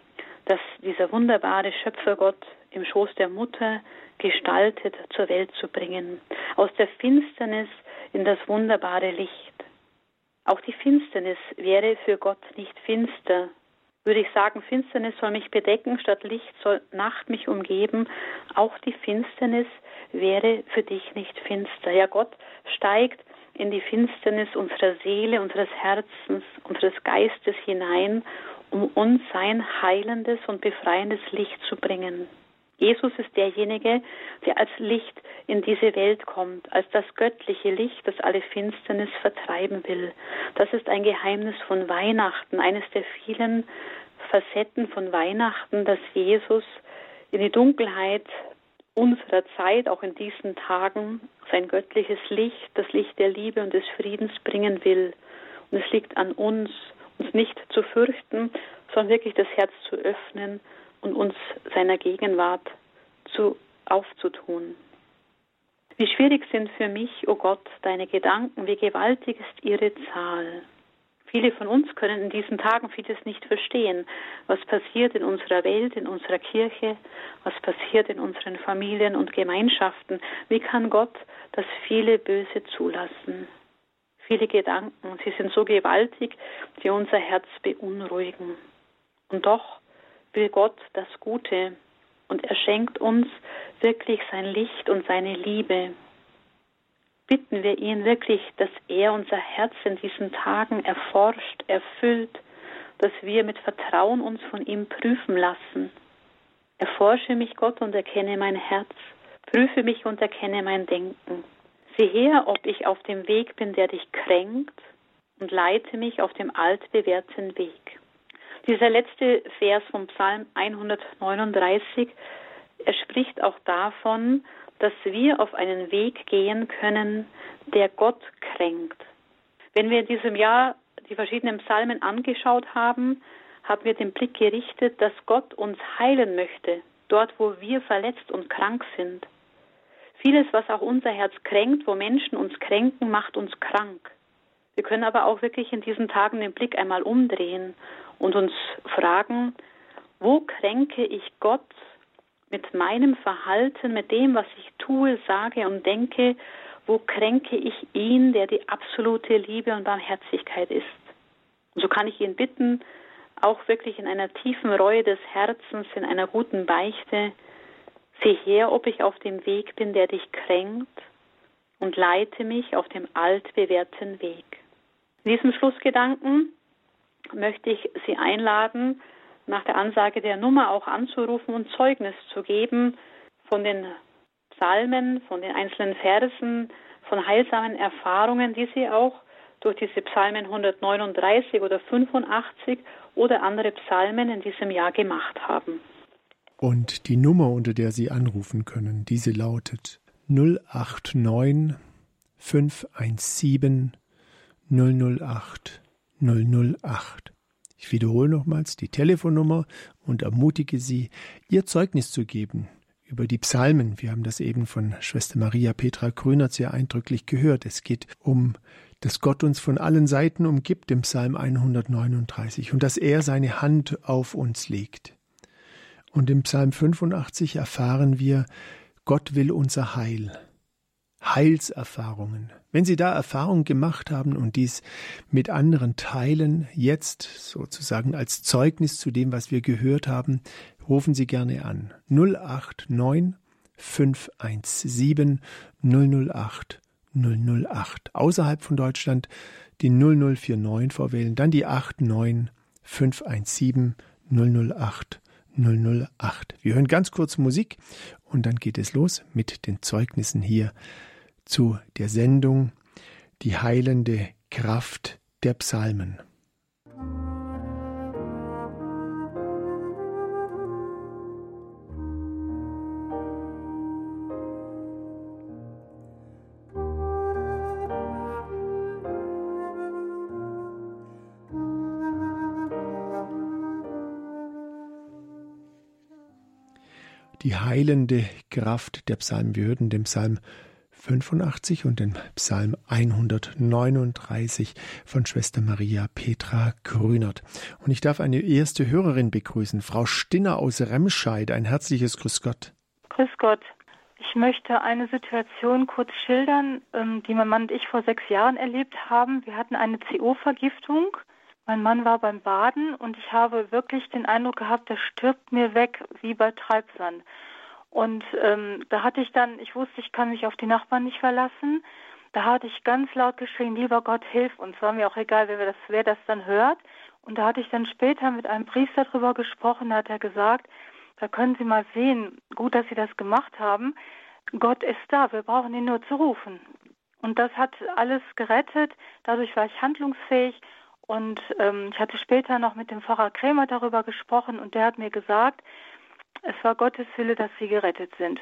Speaker 2: dass dieser wunderbare Schöpfergott im Schoß der Mutter gestaltet zur Welt zu bringen, aus der Finsternis in das wunderbare Licht. Auch die Finsternis wäre für Gott nicht finster. Würde ich sagen, Finsternis soll mich bedecken, statt Licht soll Nacht mich umgeben. Auch die Finsternis wäre für dich nicht finster. Ja, Gott steigt in die Finsternis unserer Seele, unseres Herzens, unseres Geistes hinein, um uns sein heilendes und befreiendes Licht zu bringen. Jesus ist derjenige, der als Licht in diese Welt kommt, als das göttliche Licht, das alle Finsternis vertreiben will. Das ist ein Geheimnis von Weihnachten, eines der vielen Facetten von Weihnachten, dass Jesus in die Dunkelheit unserer Zeit, auch in diesen Tagen, sein göttliches Licht, das Licht der Liebe und des Friedens bringen will. Und es liegt an uns, uns nicht zu fürchten, sondern wirklich das Herz zu öffnen und uns seiner Gegenwart zu, aufzutun. Wie schwierig sind für mich, o oh Gott, deine Gedanken, wie gewaltig ist ihre Zahl. Viele von uns können in diesen Tagen vieles nicht verstehen, was passiert in unserer Welt, in unserer Kirche, was passiert in unseren Familien und Gemeinschaften. Wie kann Gott das viele Böse zulassen? Viele Gedanken, sie sind so gewaltig, die unser Herz beunruhigen. Und doch will Gott das Gute und er schenkt uns wirklich sein Licht und seine Liebe. Bitten wir ihn wirklich, dass er unser Herz in diesen Tagen erforscht, erfüllt, dass wir mit Vertrauen uns von ihm prüfen lassen. Erforsche mich, Gott, und erkenne mein Herz. Prüfe mich und erkenne mein Denken. Sieh her, ob ich auf dem Weg bin, der dich kränkt, und leite mich auf dem altbewährten Weg. Dieser letzte Vers vom Psalm hundertneununddreißig, er spricht auch davon, dass wir auf einen Weg gehen können, der Gott kränkt. Wenn wir in diesem Jahr die verschiedenen Psalmen angeschaut haben, haben wir den Blick gerichtet, dass Gott uns heilen möchte, dort wo wir verletzt und krank sind. Vieles, was auch unser Herz kränkt, wo Menschen uns kränken, macht uns krank. Wir können aber auch wirklich in diesen Tagen den Blick einmal umdrehen und uns fragen, wo kränke ich Gott mit meinem Verhalten, mit dem, was ich tue, sage und denke, wo kränke ich ihn, der die absolute Liebe und Barmherzigkeit ist. Und so kann ich ihn bitten, auch wirklich in einer tiefen Reue des Herzens, in einer guten Beichte, sieh her, ob ich auf dem Weg bin, der dich kränkt, und leite mich auf dem altbewährten Weg. In diesem Schlussgedanken möchte ich Sie einladen, nach der Ansage der Nummer auch anzurufen und Zeugnis zu geben von den Psalmen, von den einzelnen Versen, von heilsamen Erfahrungen, die Sie auch durch diese Psalmen hundertneununddreißig oder fünfundachtzig oder andere Psalmen in diesem Jahr gemacht haben.
Speaker 1: Und die Nummer, unter der Sie anrufen können, diese lautet null acht neun fünf eins sieben null null acht null null acht. Ich wiederhole nochmals die Telefonnummer und ermutige Sie, Ihr Zeugnis zu geben über die Psalmen. Wir haben das eben von Schwester Maria Petra Grünert sehr eindrücklich gehört. Es geht um, dass Gott uns von allen Seiten umgibt im Psalm hundertneununddreißig und dass er seine Hand auf uns legt. Und im Psalm fünfundachtzig erfahren wir, Gott will unser Heil. Heilserfahrungen. Wenn Sie da Erfahrungen gemacht haben und dies mit anderen teilen, jetzt sozusagen als Zeugnis zu dem, was wir gehört haben, rufen Sie gerne an. null acht neun fünf eins sieben null null acht null null acht. Außerhalb von Deutschland die null null vier neun vorwählen, dann die acht neun fünf eins sieben null null acht null null acht. Wir hören ganz kurz Musik und dann geht es los mit den Zeugnissen hier zu der Sendung Die heilende Kraft der Psalmen. Die heilende Kraft der Psalmen. Wir hörten den Psalm fünfundachtzig und den Psalm hundertneununddreißig von Schwester Maria Petra Grünert. Und ich darf eine erste Hörerin begrüßen, Frau Stinner aus Remscheid. Ein herzliches Grüß Gott.
Speaker 3: Grüß Gott. Ich möchte eine Situation kurz schildern, die mein Mann und ich vor sechs Jahren erlebt haben. Wir hatten eine C O-Vergiftung. Mein Mann war beim Baden und ich habe wirklich den Eindruck gehabt, der stirbt mir weg wie bei Treibsand. Und ähm, da hatte ich dann, ich wusste, ich kann mich auf die Nachbarn nicht verlassen. Da hatte ich ganz laut geschrien, lieber Gott, hilf uns. War mir auch egal, wer das, wer das dann hört. Und da hatte ich dann später mit einem Priester drüber gesprochen, da hat er gesagt, da können Sie mal sehen, gut, dass Sie das gemacht haben. Gott ist da, wir brauchen ihn nur zu rufen. Und das hat alles gerettet, dadurch war ich handlungsfähig. Und ähm, ich hatte später noch mit dem Pfarrer Krämer darüber gesprochen und der hat mir gesagt, es war Gottes Wille, dass Sie gerettet sind.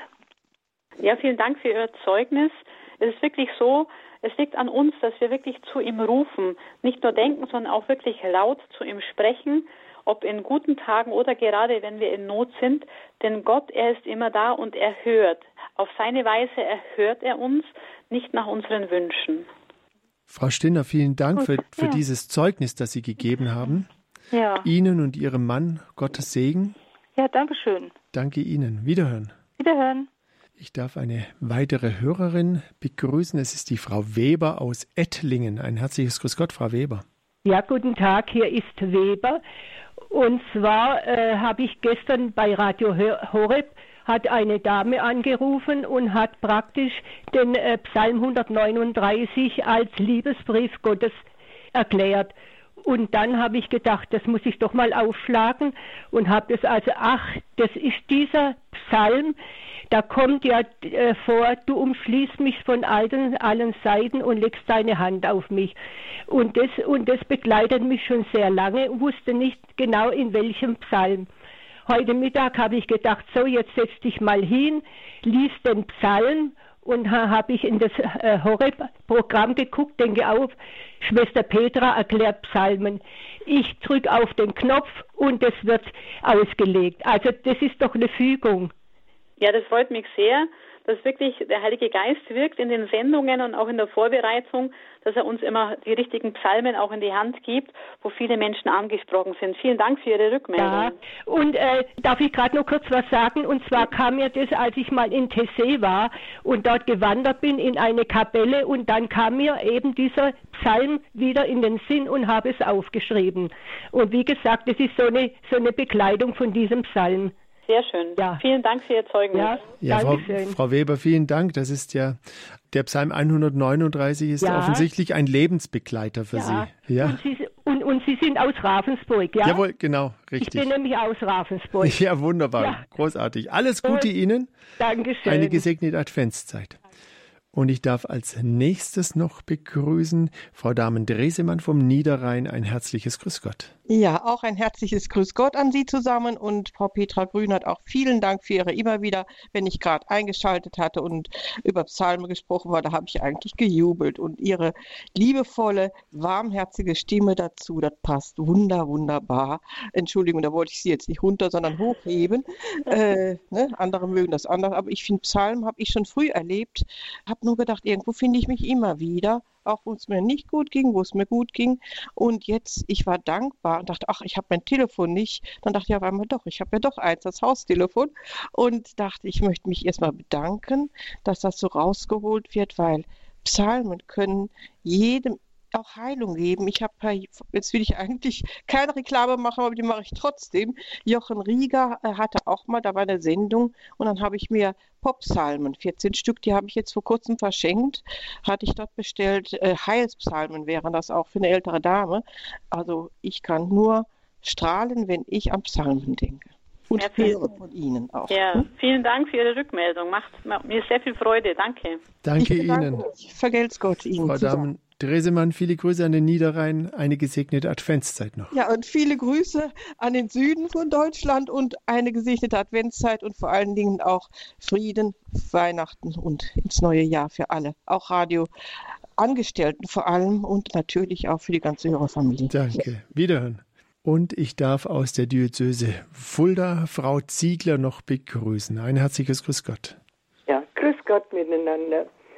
Speaker 2: Ja, vielen Dank für Ihr Zeugnis. Es ist wirklich so, es liegt an uns, dass wir wirklich zu ihm rufen. Nicht nur denken, sondern auch wirklich laut zu ihm sprechen, ob in guten Tagen oder gerade wenn wir in Not sind. Denn Gott, er ist immer da und er hört. Auf seine Weise erhört er uns, nicht nach unseren Wünschen.
Speaker 1: Frau Stinner, vielen Dank
Speaker 3: Gut,
Speaker 1: für, für
Speaker 3: ja.
Speaker 1: dieses Zeugnis, das Sie gegeben haben.
Speaker 3: Ja.
Speaker 1: Ihnen und Ihrem Mann Gottes Segen.
Speaker 3: Ja, danke schön.
Speaker 1: Danke Ihnen. Wiederhören.
Speaker 3: Wiederhören.
Speaker 1: Ich darf eine weitere Hörerin begrüßen. Es ist die Frau Weber aus Ettlingen. Ein herzliches Grüß Gott, Frau Weber.
Speaker 4: Ja, guten Tag, hier ist Weber. Und zwar äh, habe ich gestern bei Radio Horeb, hat eine Dame angerufen und hat praktisch den äh, Psalm hundertneununddreißig als Liebesbrief Gottes erklärt. Und dann habe ich gedacht, das muss ich doch mal aufschlagen und habe das also, ach, das ist dieser Psalm, da kommt ja äh, vor, du umschließt mich von allen, allen Seiten und legst deine Hand auf mich. Und das, und das begleitet mich schon sehr lange und wusste nicht genau in welchem Psalm. Heute Mittag habe ich gedacht, so jetzt setz dich mal hin, lies den Psalm und ha, habe ich in das äh, Horeb-Programm geguckt, denke auf, Schwester Petra erklärt Psalmen. Ich drücke auf den Knopf und es wird ausgelegt. Also das ist doch eine Fügung.
Speaker 2: Ja, das freut mich sehr, dass wirklich der Heilige Geist wirkt in den Sendungen und auch in der Vorbereitung, dass er uns immer die richtigen Psalmen auch in die Hand gibt, wo viele Menschen angesprochen sind. Vielen Dank für Ihre Rückmeldung.
Speaker 4: Ja, und äh, darf ich gerade noch kurz was sagen? Und zwar kam mir das, als ich mal in Tessé war und dort gewandert bin in eine Kapelle und dann kam mir eben dieser Psalm wieder in den Sinn und habe es aufgeschrieben. Und wie gesagt, das ist so eine, so eine Begleitung von diesem Psalm.
Speaker 2: Sehr schön. Ja. Vielen Dank für Ihr Zeugnis.
Speaker 4: Ja,
Speaker 1: ja Frau, Frau Weber, vielen Dank. Das ist ja, der Psalm hundertneununddreißig ist ja offensichtlich ein Lebensbegleiter für
Speaker 4: ja.
Speaker 1: Sie. Ja.
Speaker 4: Und Sie. Und, und Sie sind aus Ravensburg, ja?
Speaker 1: Jawohl, genau, richtig.
Speaker 4: Ich bin nämlich aus Ravensburg.
Speaker 1: Ja, wunderbar, ja. Großartig. Alles Gute und, Ihnen.
Speaker 4: Dankeschön.
Speaker 1: Eine gesegnete Adventszeit. Und ich darf als nächstes noch begrüßen Frau Damen-Dresemann vom Niederrhein. Ein herzliches Grüß Gott.
Speaker 5: Ja, auch ein herzliches Grüß Gott an Sie zusammen und Frau Petra Grünert, auch vielen Dank für Ihre immer wieder, wenn ich gerade eingeschaltet hatte und über Psalmen gesprochen war, da habe ich eigentlich gejubelt und Ihre liebevolle, warmherzige Stimme dazu, das passt wunder, wunderbar. Entschuldigung, da wollte ich Sie jetzt nicht runter, sondern hochheben. äh, ne? Andere mögen das anders, aber ich finde, Psalmen habe ich schon früh erlebt, habe nur gedacht, irgendwo finde ich mich immer wieder, auch wo es mir nicht gut ging, wo es mir gut ging. Und jetzt, ich war dankbar und dachte, ach, ich habe mein Telefon nicht. Dann dachte ich auf einmal doch, ich habe ja doch eins, das Haustelefon. Und dachte, ich möchte mich erstmal bedanken, dass das so rausgeholt wird, weil Psalmen können jedem auch Heilung geben. Ich habe, jetzt will ich eigentlich keine Reklame machen, aber die mache ich trotzdem. Jochen Rieger hatte auch mal, da war eine Sendung und dann habe ich mir Popsalmen, vierzehn Stück, die habe ich jetzt vor kurzem verschenkt, hatte ich dort bestellt. Heilspsalmen wären das auch für eine ältere Dame. Also ich kann nur strahlen, wenn ich an Psalmen denke. Und höre von Ihnen auch.
Speaker 2: Ja, vielen Dank für Ihre Rückmeldung. Macht mir sehr viel Freude. Danke.
Speaker 1: Danke Ihnen.
Speaker 5: Vergelt's Gott Ihnen.
Speaker 1: Frau Damen Dresemann, viele Grüße an den Niederrhein, eine gesegnete Adventszeit noch.
Speaker 5: Ja, und viele Grüße an den Süden von Deutschland und eine gesegnete Adventszeit und vor allen Dingen auch Frieden, Weihnachten und ins neue Jahr für alle. Auch Radioangestellten vor allem und natürlich auch für die ganze Hörerfamilie.
Speaker 1: Danke. Wiederhören. Und ich darf aus der Diözese Fulda Frau Ziegler noch begrüßen. Ein herzliches Grüß Gott.
Speaker 6: Ja, Grüß Gott miteinander.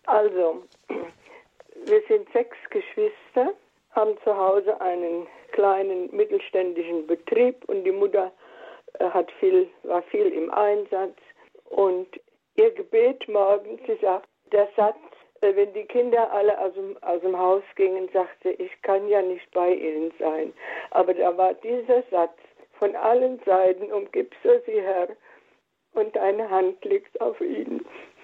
Speaker 6: Also, wir sind sechs Geschwister, haben zu Hause einen kleinen mittelständischen Betrieb und die Mutter hat viel, war viel im Einsatz. Und ihr Gebet morgens, sie sagt, der Satz, wenn die Kinder alle aus dem, aus dem Haus gingen, sagte, ich kann ja nicht bei ihnen sein. Aber da war dieser Satz, von allen Seiten umgibst du sie, Herr, und deine Hand liegt auf ihnen.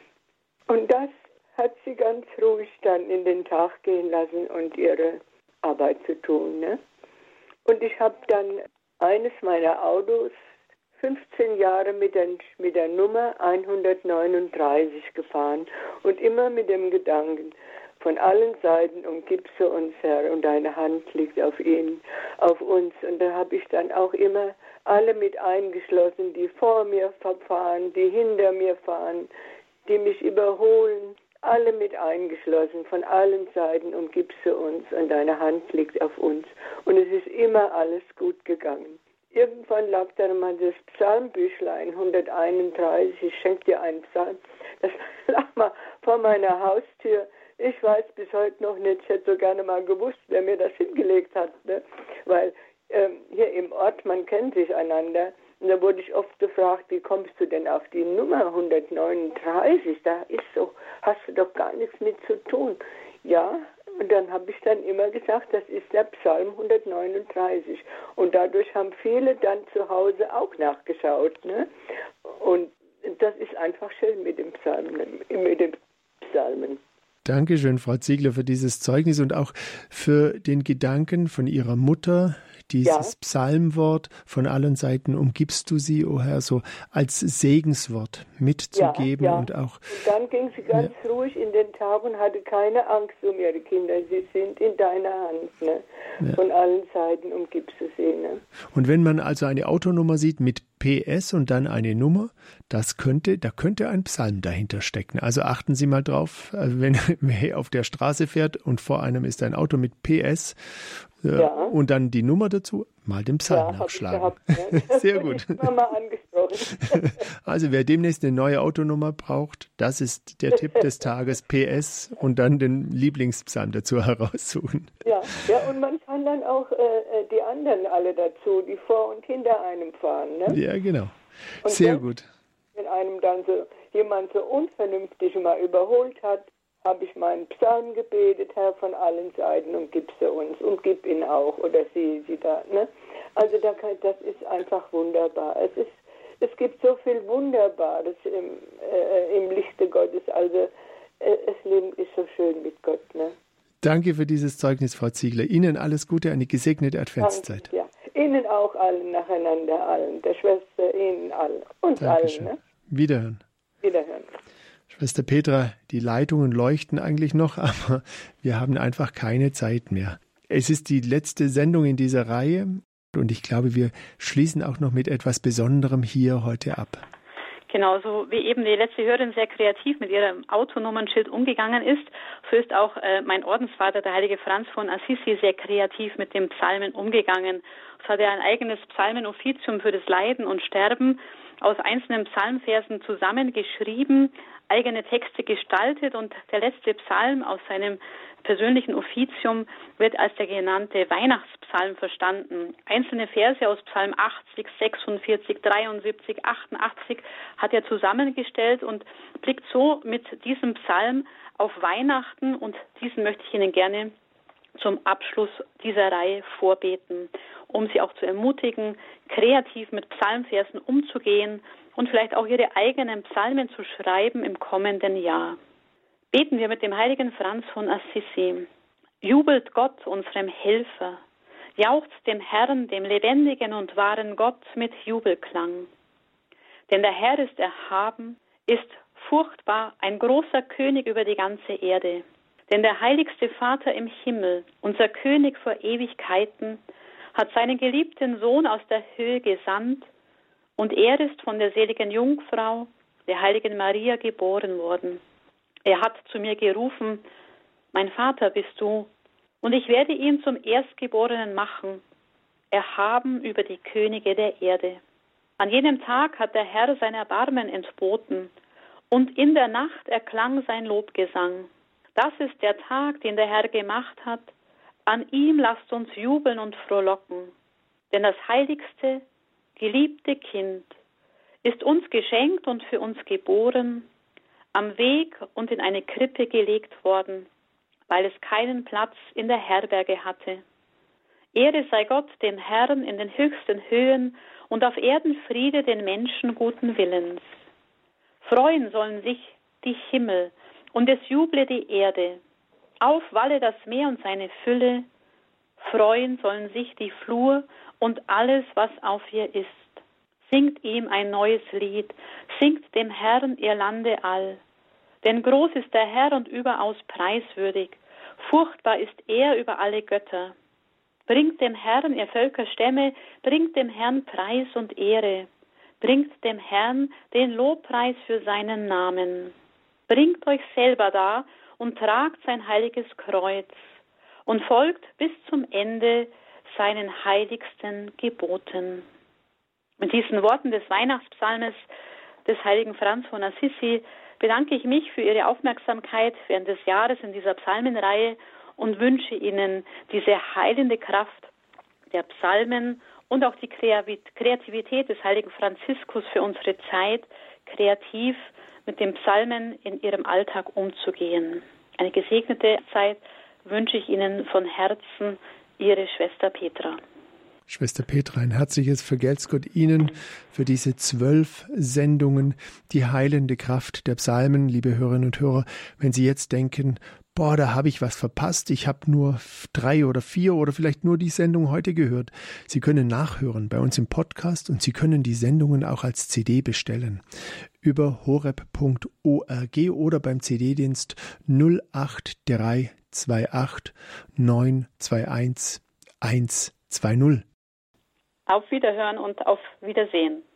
Speaker 6: Und das hat sie ganz ruhig dann in den Tag gehen lassen und ihre Arbeit zu tun. Ne? Und ich habe dann eines meiner Autos fünfzehn Jahre mit der, mit der Nummer hundertneununddreißig gefahren und immer mit dem Gedanken, von allen Seiten umgibst du uns, Herr, und deine Hand liegt auf ihn, auf uns. Und da habe ich dann auch immer alle mit eingeschlossen, die vor mir fahren, die hinter mir fahren, die mich überholen, alle mit eingeschlossen. Von allen Seiten umgibst du uns und deine Hand liegt auf uns. Und es ist immer alles gut gegangen. Irgendwann lag dann mal das Psalmbüchlein hunderteinunddreißig, ich schenke dir einen Psalm, das lag mal vor meiner Haustür. Ich weiß bis heute noch nicht, ich hätte so gerne mal gewusst, wer mir das hingelegt hat, ne? Weil ähm, hier im Ort, man kennt sich einander. Und da wurde ich oft gefragt, wie kommst du denn auf die Nummer hundertneununddreißig? Da ist so, hast du doch gar nichts mit zu tun. Ja, und dann habe ich dann immer gesagt, das ist der Psalm hundertneununddreißig. Und dadurch haben viele dann zu Hause auch nachgeschaut. Ne? Und das ist einfach schön mit dem Psalmen, mit den Psalmen.
Speaker 1: Dankeschön, Frau Ziegler, für dieses Zeugnis und auch für den Gedanken von Ihrer Mutter, dieses ja. Psalmwort, von allen Seiten umgibst du sie, o Herr, so als Segenswort mitzugeben. Ja, ja. Und auch.
Speaker 6: Und dann ging sie ganz ja. ruhig in den Tag und hatte keine Angst um ihre Kinder. Sie sind in deiner Hand, ne? Ja. Von allen Seiten umgibst du sie, ne?
Speaker 1: Und wenn man also eine Autonummer sieht mit P S und dann eine Nummer, das könnte, da könnte ein Psalm dahinter stecken. Also achten Sie mal drauf, wenn wer auf der Straße fährt und vor einem ist ein Auto mit P S äh, ja. und dann die Nummer dazu, mal den Psalm ja, nachschlagen. Gehabt, ne? Sehr gut.
Speaker 6: Mal angesprochen.
Speaker 1: Also wer demnächst eine neue Autonummer braucht, das ist der Tipp des Tages, P S und dann den Lieblingspsalm dazu heraussuchen.
Speaker 6: Ja, ja, und man kann dann auch äh, die anderen alle dazu, die vor und hinter einem fahren. Ne?
Speaker 1: Ja, genau. Und sehr wenn, gut.
Speaker 6: Wenn einem dann so jemand so unvernünftig mal überholt hat, habe ich meinen Psalm gebetet, Herr, von allen Seiten umgibst du uns und gib ihn auch oder sie, sie da. Ne? Also da kann, das ist einfach wunderbar. Es ist, es gibt so viel Wunderbares im, äh, im Lichte Gottes. Also äh, das Leben ist so schön mit Gott. Ne?
Speaker 1: Danke für dieses Zeugnis, Frau Ziegler. Ihnen alles Gute, eine gesegnete Adventszeit.
Speaker 6: Danke, ja. Ihnen auch allen nacheinander, allen, der Schwester, Ihnen allen, uns
Speaker 1: Dankeschön.
Speaker 6: allen. Ne?
Speaker 1: Wiederhören.
Speaker 6: Wiederhören.
Speaker 1: Schwester Petra, die Leitungen leuchten eigentlich noch, aber wir haben einfach keine Zeit mehr. Es ist die letzte Sendung in dieser Reihe und ich glaube, wir schließen auch noch mit etwas Besonderem hier heute ab.
Speaker 2: Genauso wie eben die letzte Hörerin sehr kreativ mit ihrem Autonummernschild umgegangen ist, so ist auch äh, mein Ordensvater, der heilige Franz von Assisi, sehr kreativ mit den Psalmen umgegangen. Es hat er ein eigenes Psalmenoffizium für das Leiden und Sterben aus einzelnen Psalmversen zusammengeschrieben, eigene Texte gestaltet und der letzte Psalm aus seinem persönlichen Offizium wird als der genannte Weihnachtspsalm verstanden. Einzelne Verse aus Psalm achtzig, sechsundvierzig, dreiundsiebzig, achtundachtzig hat er zusammengestellt und blickt so mit diesem Psalm auf Weihnachten und diesen möchte ich Ihnen gerne zum Abschluss dieser Reihe vorbeten, um Sie auch zu ermutigen, kreativ mit Psalmversen umzugehen und vielleicht auch Ihre eigenen Psalmen zu schreiben im kommenden Jahr. Beten wir mit dem heiligen Franz von Assisi. Jubelt Gott, unserem Helfer. Jauchzt dem Herrn, dem lebendigen und wahren Gott, mit Jubelklang. Denn der Herr ist erhaben, ist furchtbar, ein großer König über die ganze Erde. Denn der heiligste Vater im Himmel, unser König vor Ewigkeiten, hat seinen geliebten Sohn aus der Höhe gesandt, und er ist von der seligen Jungfrau, der heiligen Maria, geboren worden. Er hat zu mir gerufen, mein Vater bist du, und ich werde ihn zum Erstgeborenen machen, erhaben über die Könige der Erde. An jenem Tag hat der Herr sein Erbarmen entboten, und in der Nacht erklang sein Lobgesang. Das ist der Tag, den der Herr gemacht hat. An ihm lasst uns jubeln und frohlocken. Denn das heiligste, geliebte Kind ist uns geschenkt und für uns geboren, am Weg und in eine Krippe gelegt worden, weil es keinen Platz in der Herberge hatte. Ehre sei Gott, dem Herrn in den höchsten Höhen und auf Erden Friede den Menschen guten Willens. Freuen sollen sich die Himmel und es juble die Erde. Aufwalle das Meer und seine Fülle. Freuen sollen sich die Flur und alles, was auf ihr ist. Singt ihm ein neues Lied, singt dem Herrn ihr Lande all. Denn groß ist der Herr und überaus preiswürdig, furchtbar ist er über alle Götter. Bringt dem Herrn, ihr Völkerstämme, bringt dem Herrn Preis und Ehre. Bringt dem Herrn den Lobpreis für seinen Namen. Bringt euch selber dar und tragt sein heiliges Kreuz und folgt bis zum Ende seinen heiligsten Geboten. Mit diesen Worten des Weihnachtspsalmes des heiligen Franz von Assisi bedanke ich mich für Ihre Aufmerksamkeit während des Jahres in dieser Psalmenreihe und wünsche Ihnen diese heilende Kraft der Psalmen und auch die Kreativität des heiligen Franziskus für unsere Zeit, kreativ mit den Psalmen in Ihrem Alltag umzugehen. Eine gesegnete Zeit wünsche ich Ihnen von Herzen, Ihre Schwester Petra.
Speaker 1: Schwester Petra, ein herzliches Vergelt's Gott Ihnen für diese zwölf Sendungen, die heilende Kraft der Psalmen, liebe Hörerinnen und Hörer. Wenn Sie jetzt denken, boah, da habe ich was verpasst, ich habe nur drei oder vier oder vielleicht nur die Sendung heute gehört. Sie können nachhören bei uns im Podcast und Sie können die Sendungen auch als C D bestellen über horeb punkt org oder beim C D-Dienst null acht drei zwei acht neun zwei eins eins zwei null.
Speaker 2: Auf Wiederhören und auf Wiedersehen.